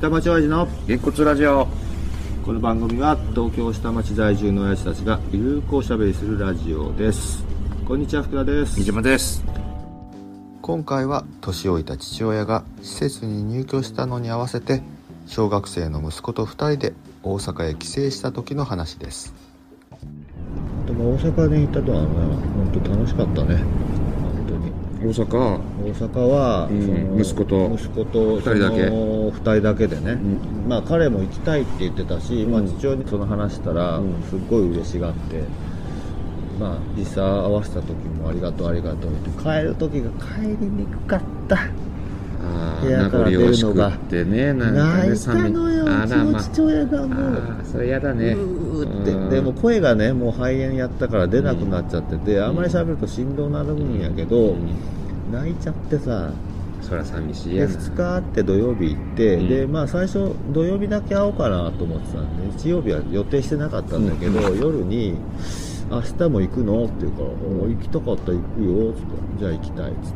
下町親父のげっこつラジオ。 この番組は東京下町在住の親父たちがゆるくおしゃべりするラジオです。こんにちは、福田です。 三島です。 今回は年老いた父親が施設に入居したのに合わせて小学生の息子と2人で大阪へ帰省した時の話です。でも大阪に行ったとは本当楽しかったね。本当に大阪は、 息子と 2人だけ2人だけでね、まあ彼も行きたいって言ってたし、父親にその話したらすっごい嬉しがって、実際会わせた時もありがとうって帰る時が帰りにくかった。部屋から出るのがってね、 泣いたのよ、うちの父親がもうそれやだね。 でも声がねもう肺炎やったから出なくなっちゃってて、あんまり喋るとしんどなるんやけど、泣いちゃってさ。 そりゃ寂しいやな。 2日あって土曜日行って、で最初土曜日だけ会おうかなと思ってたんで、日曜日は予定してなかったんだけど、夜に明日も行くのって言うから、行きたかったら行くよって言って、じゃあ行きたいっつって、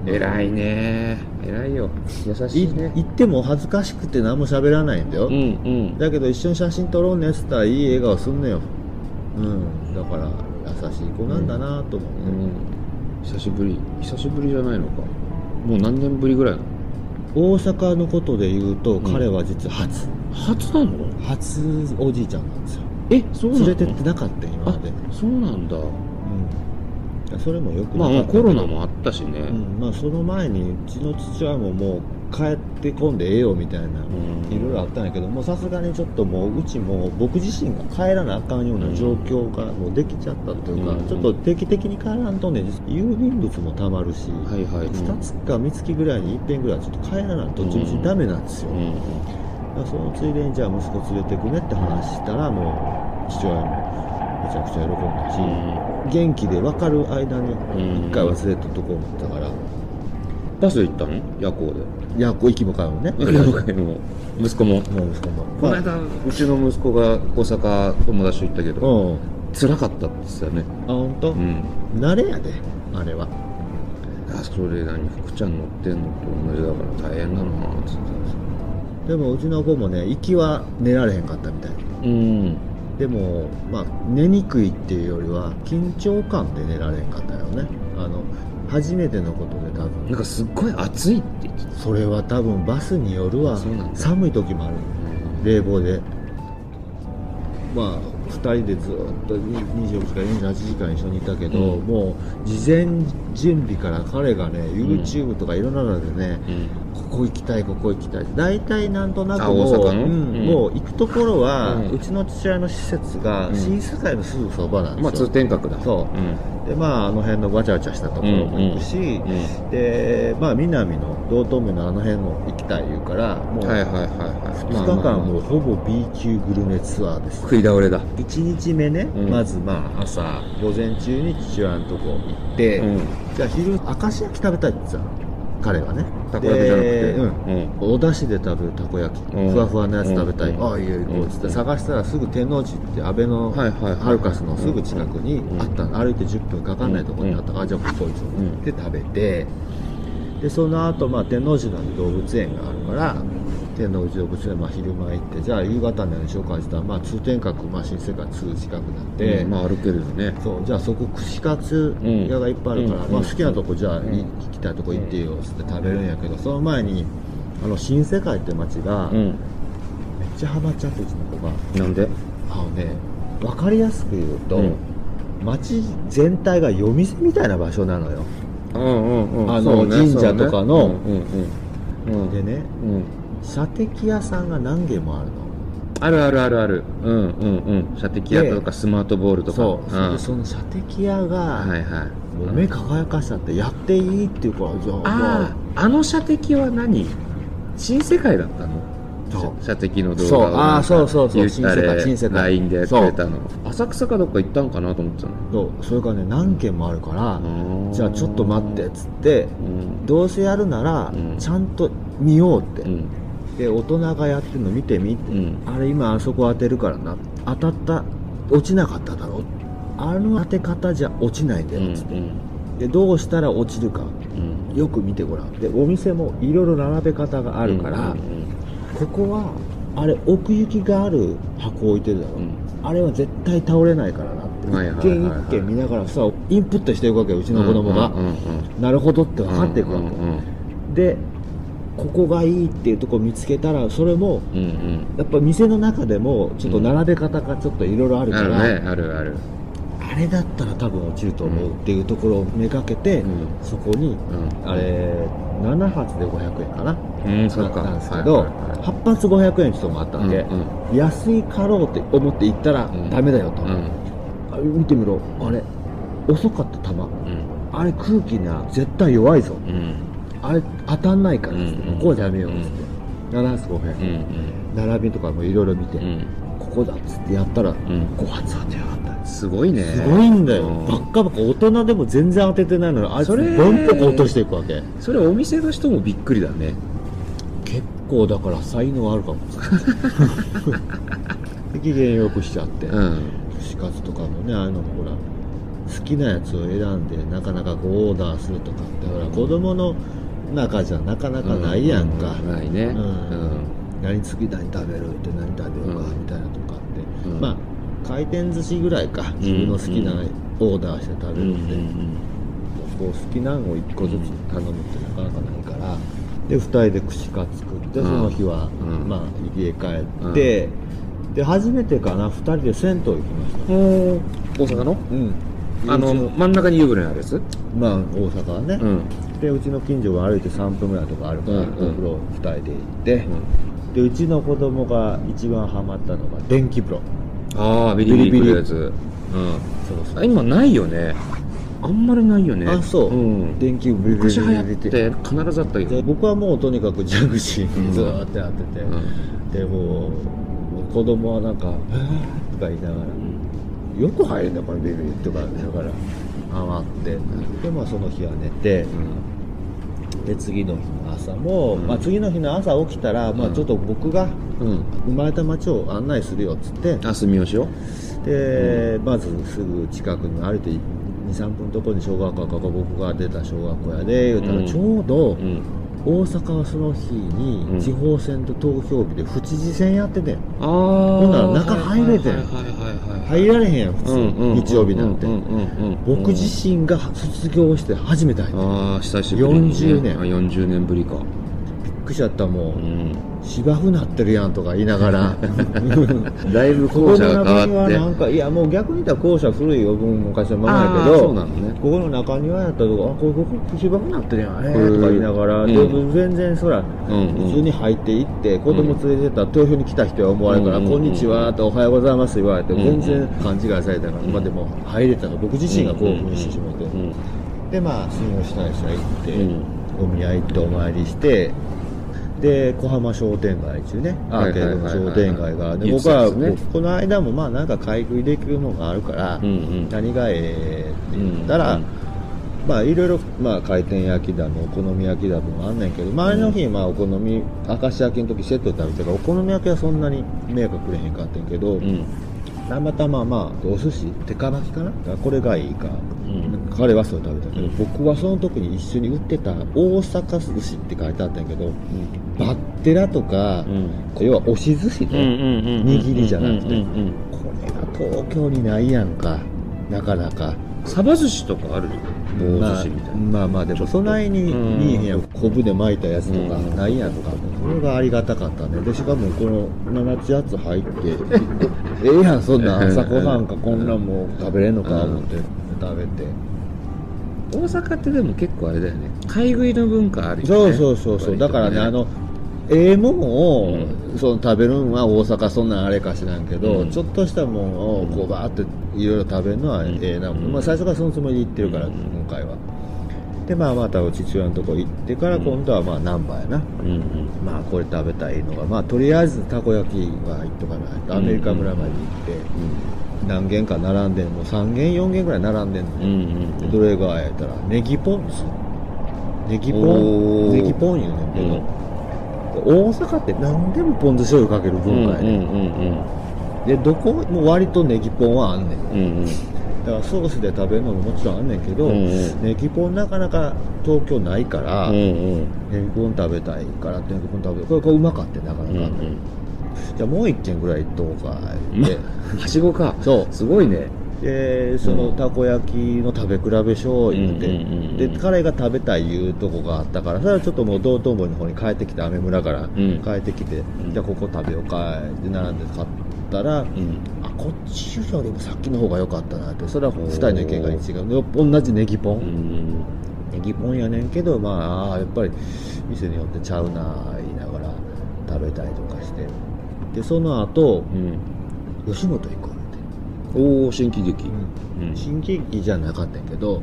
偉いね、偉いよ、優しいね。 行っても恥ずかしくて何も喋らないんだよ、だけど一緒に写真撮ろうねって言ったらいい笑顔すんのよ。だから優しい子なんだなと思って、 久しぶりじゃないのか。もう何年ぶりぐらいなの？ 大阪のことで言うと、彼は実は初なの？ 初おじいちゃんなんですよ。 そうなの？ 連れてってなかった今まで。 そうなんだ。 それもよくなかったけど、 コロナもあったしね、 その前にうちの父親ももう帰ってこんでええよみたいな、いろいろあったんやけど、もうさすがにちょっともううちも僕自身が帰らなあかんような状況がもうできちゃったっていうか、ちょっと定期的に帰らんとね、郵便物もたまるし、2月か3月ぐらいに1遍ぐらいちょっと帰らないとどっちみちダメなんですよ。そのついでにじゃあ息子連れてくねって話したら、もう父親もめちゃくちゃ喜んだし、元気で分かる間に1回忘れたとこ思ったから。 バスで行ったの？夜行で。 夜行、行きも帰るね。 息子も。この間うちの息子が大阪友達と行ったけど、辛かったって言ってたよね。 本当？慣れやで、あれは。 それ福ちゃん乗ってんのと同じだから大変だなって言ってた。 でもうちの子もね、行きは寝られへんかったみたい。でも寝にくいっていうよりは緊張感で寝られへんかったよね。初めてのことで多分なんかすっごい暑いって言ってた。 それは多分バスによるわ。寒い時もある、冷房で。2人でずっと24時間48時間一緒にいたけど、もう事前準備から彼がね YouTube とかいろんなのでね、ここ行きたい大体なんとなくもう行くところは、うちの父親の施設が新世界のすぐそばなんですよ。 通天閣だ。 そうであの辺のわちゃわちゃしたところも行くし、で南の道頓堀のあの辺も行きたい言うから、もう2日間もうほぼ B 級グルメツアーです。 食い倒れだ。 1日目ね、まず朝午前中に父親のとこ行って、じゃあ昼明石焼き食べたいって言ってた彼がね。 たこ焼きじゃなくて、 お出汁で食べるたこ焼き、ふわふわのやつ食べたい、ああいいよ行こうっつって探したら、すぐ天王寺って安倍のハルカスのすぐ近くにあったの。歩いて10分かかんないところにあったから、じゃあここ行こうって食べて、でその後天王寺の動物園があるから天王寺動物園昼間行って、じゃあ夕方に何しようかって言ったら、通天閣、新世界すぐ近くなって、 歩けるよね。 そうじゃあそこ串カツ屋がいっぱいあるから、好きなとこじゃあ行きたいとこ行ってよっつって食べるんやけど、その前に新世界って街がめっちゃハマっちゃって、うちの子が。 なんで？ 分かりやすく言うと、街全体が夜店みたいな場所なのよ。神社とかのでね、射的屋さんが何軒もあるの。 ある。射的屋とかスマートボールとか。 でその射的屋がもう目輝かしちゃって、やっていいっていうから、じゃああの射的は何？新世界だったの？射的の動画を新世界 LINE でやってたの。浅草かどっか行ったんかなと思ってたの。 それがね何軒もあるから、じゃあちょっと待ってっつって、どうせやるならちゃんと見ようって、で大人がやってるの見てみって、あれ今あそこ当てるからな、当たった落ちなかっただろ、あの当て方じゃ落ちないでっつって、でどうしたら落ちるか、よく見てごらん。でお店もいろいろ並べ方があるから、こここはあれ奥行きがある箱置いてるだろ、あれは絶対倒れないからなって、一軒一軒見ながらさインプットしていくわけよ、うちの子供が、なるほどって分かっていくわけ、でここがいいっていうところ見つけたら、それも、やっぱ店の中でもちょっと並べ方がちょっといろいろあるから、あれだったら多分落ちると思うっていうところをめがけて、そこに、あれ7発で500円かな、なんですけど、8発500円ってとこもあったわけ、安いかろうって思って行ったらダメだよと、見てみろ、あれ遅かった球、あれ空気な絶対弱いぞ、あれ当たんないからっつって、ここはダメよっつって、7発500円、並びとかもいろいろ見て、ここだっつってやったら、5発当てやがった。 すごいね。 すごいんだよ、ばっかばっか。大人でも全然当ててないのに、あいつボンポコ落としていくわけ。 それお店の人もびっくりだね。 結構だから才能あるかもしれない機嫌よくしちゃって、串カツとかもね、ああいうのもほら好きなやつを選んでなかなかこうオーダーするとかって、ほら子供の中じゃなかなかないやんか、 ないね、 何次何食べるって何食べようかみたいなとかって、まあ回転寿司ぐらいか、自分の好きなオーダーして食べるんで、こう好きなのを1個ずつ頼むってなかなかないから、で2人で串カツ作って、その日は、まあ家帰って、で初めてかな、2人で銭湯行きました。 大阪の？真ん中に湯船あるやつ？ まあ大阪はね、でうちの近所は歩いて3分ぐらいのとこあるから、お風呂2人で行って、でうちの子供が一番ハマったのが電気風呂。 ビリビリくるやつ。今ないよね。あんまりないよね。 あ、そう。電気ビリビリ昔流行って必ずあったけど、 僕はもうとにかくジャグジーにずーってやってて、でも子供はなんかとか言いながら、よく入るんだこれビリビリとかだからハマって、でまあその日は寝て、で次の日の朝も、まあ次の日の朝起きたら、まあちょっと僕が生まれた町を案内するよっつって、 住吉をで、まずすぐ近くに歩いて 2,3 分のところに小学校か、僕が出た小学校やで言うたら、ちょうど大阪はその日に地方選と投票日で府知事選やってて、ほんなら中入れてん、入られへんやん普通、日曜日なんて。僕自身が卒業して初めて入った。 久しぶりに、ね、 40 年ぶりか。 びっくりしちゃった。もう、芝生なってるやんとか言いながらだいぶ校舎が変わって、 なんかいやもう逆に言ったら校舎古いよ、昔のままやけど、 そうなのね、 ここの中庭やったとこ、ここ芝生なってるやんとか言いながら、で全然そら普通に入っていって、子供連れてたら投票に来た人は思われるから、こんにちはとおはようございます言われて、全然勘違いされたから、まあでも入れたの僕自身が興奮してしまって、でまあ住吉大社行って、お見合い行ってお参りして、で小浜商店街中ね、アーケードの商店街が、で僕はこの間もまあなんか買い食いできるのがあるから、何がええって言ったら、まあいろいろ、まあ回転焼きだのお好み焼きだのもあんねんけど、前の日まあお好み明石焼きの時セットで食べてたから、お好み焼きはそんなに迷惑くれへんかったんけど、たまたままあお寿司手か巻きかな、これがいいか、彼はそれ食べたけど、僕はその時に一緒に売ってた大阪寿司って書いてあったんやけど、バッテラとか、要は押し寿司で握りじゃなくて、これが東京にないやんか、なかなか。 サバ寿司とかあるよ、棒寿司みたいな。 まあでもそないに見えへんやん、昆布で巻いたやつとかないやんとか、それがありがたかったね。でしかもこの7つやつ入ってええやん、そんな朝ごはんかこんなんもう食べれんのか思って食べて。 大阪ってでも結構あれだよね、買い食いの文化あるよね。 そうだからね、もんをその食べるんは大阪そんなんあれかしらんけど、ちょっとしたもんをこうバーっていろいろ食べるのはええな、まあ最初からそのつもりで行ってるから、今回は。でまあまた父親のとこ行ってから、今度はまあ難波やな、まあこれ食べたいのが、まあとりあえずたこ焼きは行っとかないと、アメリカ村まで行って、何軒か並んでんの、3軒4軒ぐらい並んでんの、どれがやったらネギポン酢、ネギポン言うねんけど、大阪って何でもポン酢醤油かける文化やね、でどこも割とネギポンはあんねん、 だからソースで食べるのももちろんあんねんけど、ネギポンなかなか東京ないから、ネギポン食べたいからってネギポン食べる、これうまかってなかなか、じゃあもう一軒ぐらい行っとこうかってはしごか、 そうすごいね。 でそのたこ焼きの食べ比べしよう言って、で彼が食べたいいうとこがあったから、それはちょっともう道頓堀の方に帰ってきて、雨村から帰ってきて、じゃあここ食べようかって並んで買ったら、あこっちよりもさっきの方が良かったなって、それは2人の意見が違う。同じネギポン、ネギポンやねんけど、まあやっぱり店によってちゃうな言いながら食べたりとかして、でその後、吉本行こう。 おお、新喜劇、 新喜劇じゃなかったんやけど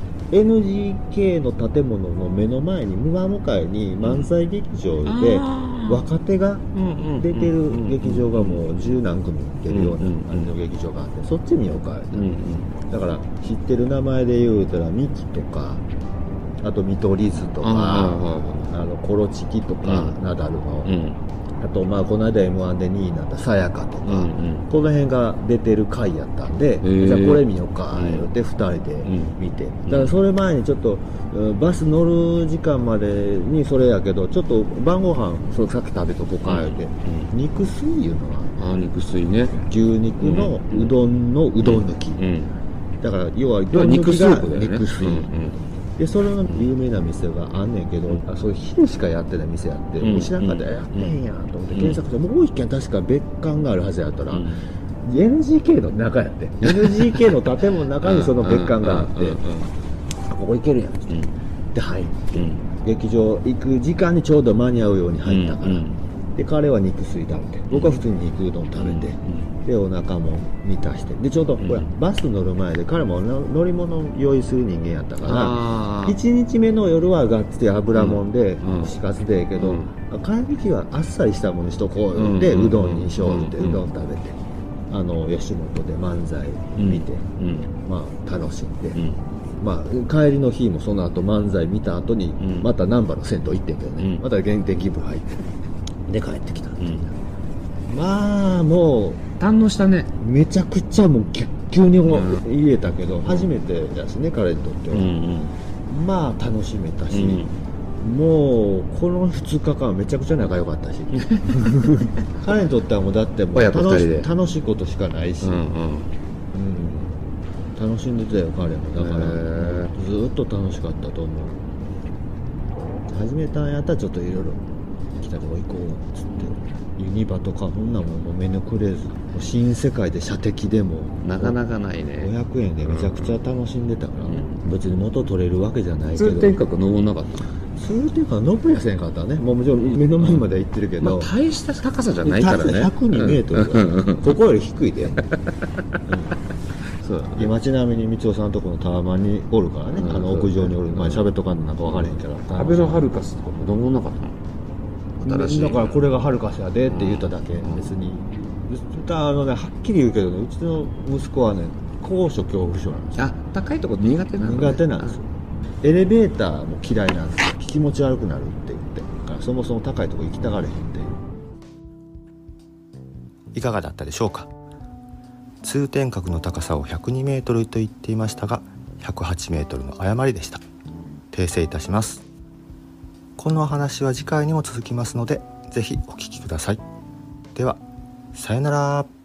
NGK の建物の目の前に真向かいに漫才劇場で若手が出てる劇場がもう十何組出るような感じの劇場があって、そっち見ようかって、だから知ってる名前で言うたらミキとか、あと見取り図とか、コロチキとか、ナダルの、あとまあこの間 M1 で2位になったさやかとか、この辺が出てる回やったんで、じゃあこれ見ようかって2人で見て、だからそれ前にちょっとバス乗る時間までにそれやけど、ちょっと晩ご飯それさっき食べとこうかって、肉水いうのは肉水ね、 牛肉のうどんのうどん抜き、だから要は肉スープだよね、 肉水、でそれの有名な店があんねんけど、そういう昼しかやってない店やって、知らんかったらやってんやと思って検索して、もう一軒確か別館があるはずやったら、NGK の中やって、NGK の建物の中にその別館があって、ここ行けるやんって、で入って、劇場行く時間にちょうど間に合うように入ったから、で彼は肉水食べて、僕は普通に肉うどん食べて、でお腹も満たして、でちょうどほらバス乗る前で彼も乗り物用意する人間やったから、1日目の夜はがっつり油もんで串カツでええけど、帰り際はあっさりしたものにしとこうってうどんにしようってうどん食べて、吉本で漫才見て、まあ楽しんで、まあ帰りの日もその後漫才見た後にまた難波の銭湯行ってんけどね、また限定ギブ入ってで帰ってきたっていう、まあもう堪能したね。 めちゃくちゃもう急に入れたけど、初めてだしね彼にとっては、まあ楽しめたし、もうこの2日間めちゃくちゃ仲良かったし彼にとってはもうだってもう楽しいことしかないし、楽しんでたよ彼も。だからずっと楽しかったと思う。始めたんやったらちょっといろいろ来たとこ行こうっつって、ユニバとかそんなもんも目抜くれず、新世界で射的でもなかなかないね。 500円でめちゃくちゃ楽しんでたから、別に元取れるわけじゃないけど、 通天閣登んなかった？ 通天閣登りやせんかったね。もちろん目の前まで行ってるけど、 大した高さじゃないからね。 102メートルここより低いで、そう今ちなみに光雄さんのとこのタワマンにおるからね、屋上におる、まあ喋っとかんなんか分からへんけど、 アベノハルカスとかも登んなかったの？ だからこれがハルカスやでって言っただけ、別にはっきり言うけどね、うちの息子はね高所恐怖症なんですよ。 高いとこ苦手なの？ 苦手なんですよ。エレベーターも嫌いなんですよ。気持ち悪くなるって言って、だからそもそも高いとこ行きたがれへんっていう。いかがだったでしょうか。通天閣の高さを102メートルと言っていましたが、108メートルの誤りでした。訂正いたします。この話は次回にも続きますので、ぜひお聞きください。では、さよなら。